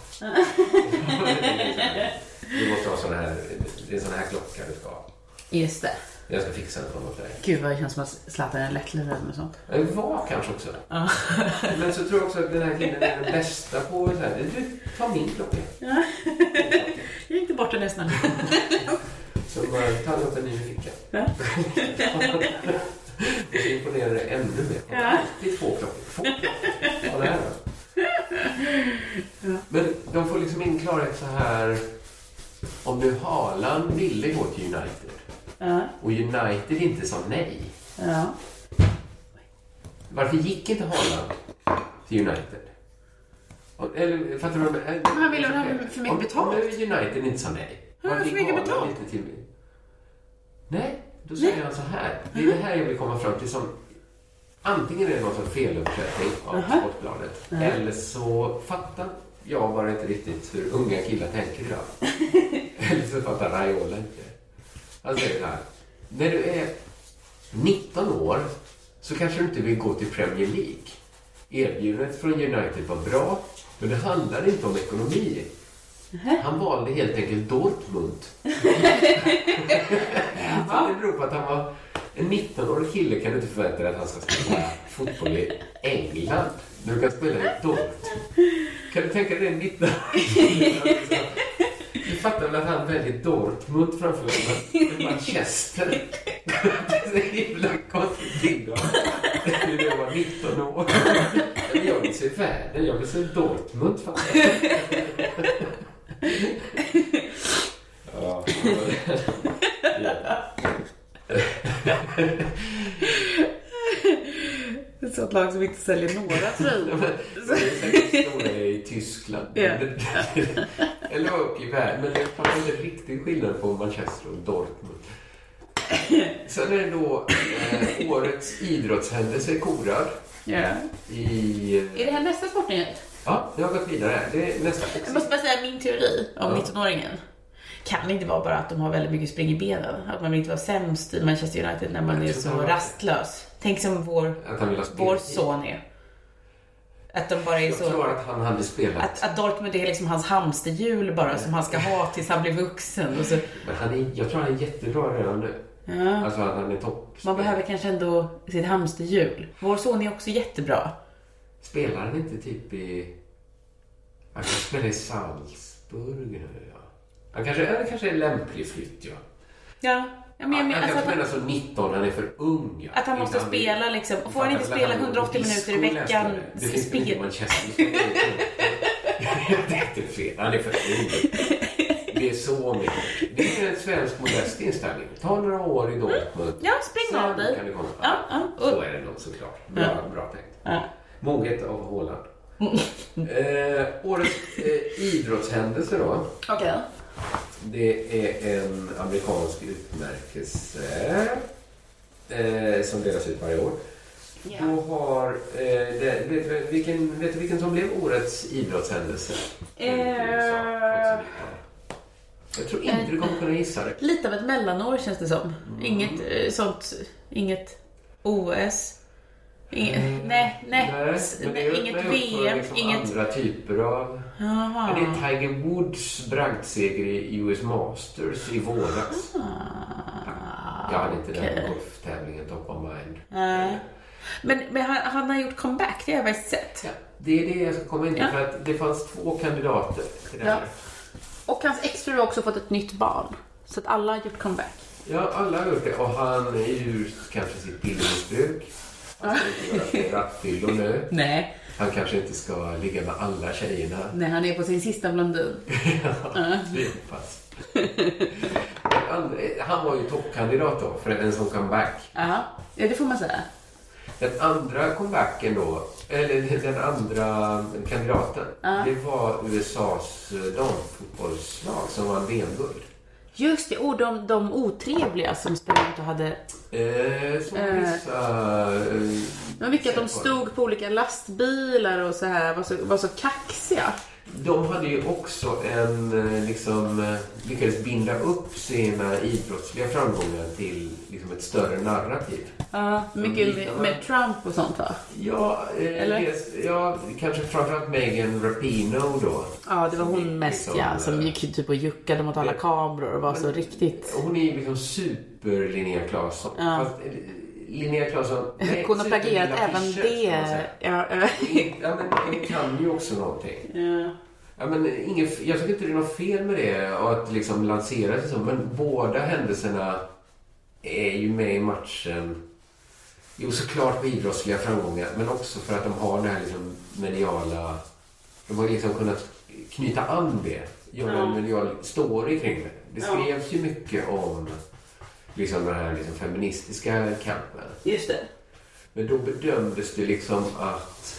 Du måste ha sån här, det är en sån här klocka du ska ha. Just det. Jag ska fixa den åt dig. Gud vad det känns som att Zlatan är lättlurad med sånt. Det var kanske också. Men så tror jag också att den här killen är den bästa på så här. Du, ta min klocka. Ja. Jag är inte borta nästan. Så bara ta något en ny ficka. Ja. Och så imponerar det ännu mer. Ja. Det är två klockor. Två klockor. Ja, det här då. Ja. Men de får liksom in klarhet så här. Om nu Haaland ville gå till United. Ja. Och United inte sa nej. Ja. Varför gick inte Haaland till United? Eller, fattar du? Han ville ha för mycket betalt. Om nu United inte sa nej. Han har för mycket betalt. Inte till mig? Nej. Då säger nej. Han så här. Det är det här jag vill komma fram till som antingen är det någon sorts feluppsättning av uh-huh. Sportbladet. Uh-huh. Eller så fattar jag bara inte riktigt hur unga killar tänker idag. Eller så fattar Raiola inte. Han säger så här. När du är nitton år så kanske du inte vill gå till Premier League. Erbjudandet från United var bra. Men det handlar inte om ekonomi. Uh-huh. Han valde helt enkelt Dortmund. Så det beror på att han var en nitton-årig kille. Kan du inte förvänta dig att han ska spela fotboll i England. Du kan spela i Dortmund. Kan du tänka dig en nitton-årig kille? Du fattar väl att han väljer Dortmund framför Manchester. Det är himla konstigt ting då. Det var nitton år. Jag vill se världen. Jag vill se Dortmund fan. Ja. Ja. Ett sånt lag som inte säljer några tröjor. Det är säkert stora i Tyskland. Ja. Eller upp i världen. Men det är inte riktigt skillnad på Manchester och Dortmund. Sen är det då eh, årets idrottshändelse korad. Ja. I, Är det här nästa sportnyhet? Ja, jag har gått vidare. Det är nästa. Jag måste bara säga min teori om ja. nittonåringen. Kan det inte vara bara att de har väldigt mycket spring i benen? Att man vill inte vara sämst i Manchester United när man är så rastlös. Tänk som vår, vår son är. Att de bara är jag så... tror att han hade spelat. Att, att Dortmund är liksom hans hamsterhjul bara som han ska ha tills han blir vuxen. Och så... Men han är, jag tror han är jättebra redan nu. Ja. Alltså att han är topp. Man behöver kanske ändå sitt hamsterhjul. Vår son är också jättebra. Spelar han inte typ i... Han kan spela i Salzburg nu, ja. Han kanske, ja, det kanske är en lämplig flytt, ja. Ja. Ja, men, han men, kanske alltså, spelar så nitton, han är för ung. Ja. Att han måste han spela vill, liksom. Får han inte spela hundraåttio minuter i veckan? Det finns inte i Manchester. Det är inte fel, han är för ung. Det är så mycket. Det är en svensk modest inställning. Ta några år i Dortmund. Ja, spring av dig. Kan du komma ja, ja. Så är det nog såklart. Bra, ja. bra tänkt. Ja. Moget av Håland. eh, årets eh, idrottshändelse då. Okej. Okay. Det är en amerikansk utmärkelse eh, som delas ut varje år. Yeah. Då har, eh, det, vet, du, vilken, vet du vilken som blev årets idrottshändelse? Uh, jag tror inte uh, du kommer kunna gissa det. Lite av ett mellanår känns det som. Mm. Inget eh, sånt, inget O S. Inget, mm. Nej, nej, nej inget V M, liksom inget... andra typer av... Aha. Det är Tiger Woods bragdseger i U S Masters i våras. Ah, jag hade inte okay. den golftävlingen top of mind. Nej. Men, men han, han har gjort comeback, det har jag faktiskt sett. Ja, det är det jag ska komma in till, ja. För att det fanns två kandidater till det här. Ja. Och hans exfru har också fått ett nytt barn. Så att alla har gjort comeback. Ja, alla har gjort det. Och han är ju kanske sitt pillermissbruk. Han ska inte göra rattfyllor nu. Nej. Han kanske inte ska ligga med alla tjejerna. Nej, han är på sin sista blondin. Ja, det pass. Han var ju toppkandidat då för en sån comeback. Ja, det får man säga. Den andra comebacken då, eller den andra kandidaten, ja. Det var U S A:s damfotbollslag som vann V M-guld. Just det, och de, de otrevliga som spelade och hade... Eh, som vissa... Eh, men vilka de stod på olika lastbilar och så här, var så, var så kaxiga. De hade ju också en, liksom, lyckades binda upp sina idrottsliga framgångar till liksom ett större narrativ. Ja, mycket med, med Trump och sånt va? Ja, eh, Eller? Det, ja, kanske framförallt Megan Rapinoe då. Ja, det var hon mest liksom, ja, som gick typ och juckade mot alla kameror och var så riktigt... Hon är liksom super Linnea Claesson. Ja. Fast, Linnea Claesson... Hon har plagierat även det. Ja, ja, men hon kan ju också någonting. Ja. Ja, men inget, jag tycker inte det är något fel med det och att liksom lansera sig så. Men båda händelserna är ju med i matchen. Jo, såklart med idrottsliga framgångar. Men också för att de har det här liksom mediala... De har liksom kunnat knyta an det. Göra ja. en medial story kring det. Det skrevs ja. ju mycket om liksom den här liksom feministiska kampen. Just det. Men då bedömdes det liksom att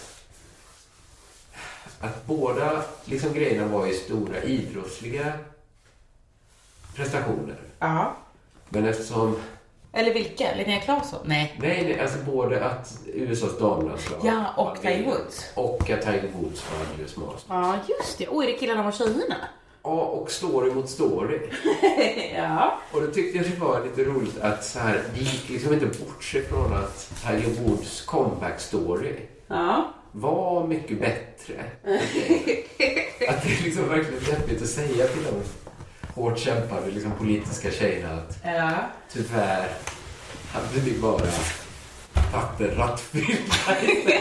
att båda liksom grejerna var ju stora idrottsliga prestationer. Ja. Men eftersom... Eller vilka? Linnea Claesson? Nej. Nej, nej, alltså både att U S A:s damlandslag... Ja, och Tiger Woods. Och att Tiger Woods var U S Masters. Ja, just det. Och är det killarna och tjejerna? Ja, och story mot story. Ja. Och då tyckte jag det var lite roligt att så här, det gick liksom inte bortse från att Tiger Woods comeback story ja. var mycket bättre. Att det är liksom verkligen deppigt att säga till dem hårt kämpade liksom politiska tjejerna att ja. tyvärr hade vi bara tagit en rattfylla.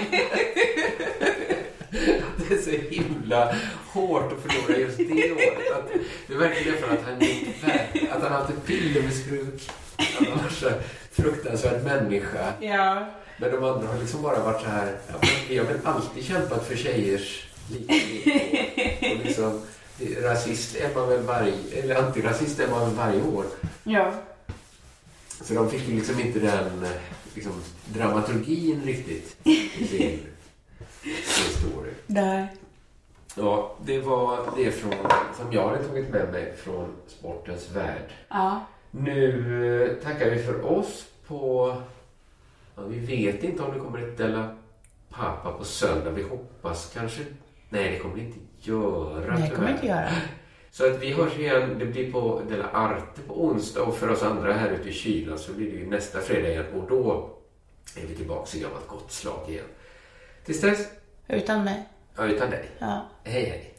Det är så himla hårt att förlora just det året. Att det är verkligen för att han gick att han hade pillermissbruk. Att han var så fruktansvärd människa. Ja. Men de andra har liksom bara varit så här. Jag har väl alltid kämpat för tjejers lika villkor. Och liksom rasist är man väl varje, eller antirasist är man väl varje år. Ja. Så de fick ju liksom inte den liksom, dramaturgin riktigt i sin, sin story. Nej. Ja, det var det från, som jag hade tagit med mig från sportens värld. Ja. Nu tackar vi för oss på... Ja, vi vet inte om det kommer ett Della Pappa på söndag. Vi hoppas kanske... Nej, det kommer det inte göra. Nej, det kommer inte göra. Så att vi hörs igen. Det blir på Della Arte på onsdag. Och för oss andra här ute i kylan så blir det ju nästa fredag igen. Och då är vi tillbaka i gammalt gott slag igen. Tills dess... Utan mig. Ja, utan dig. Ja. Hej, hej.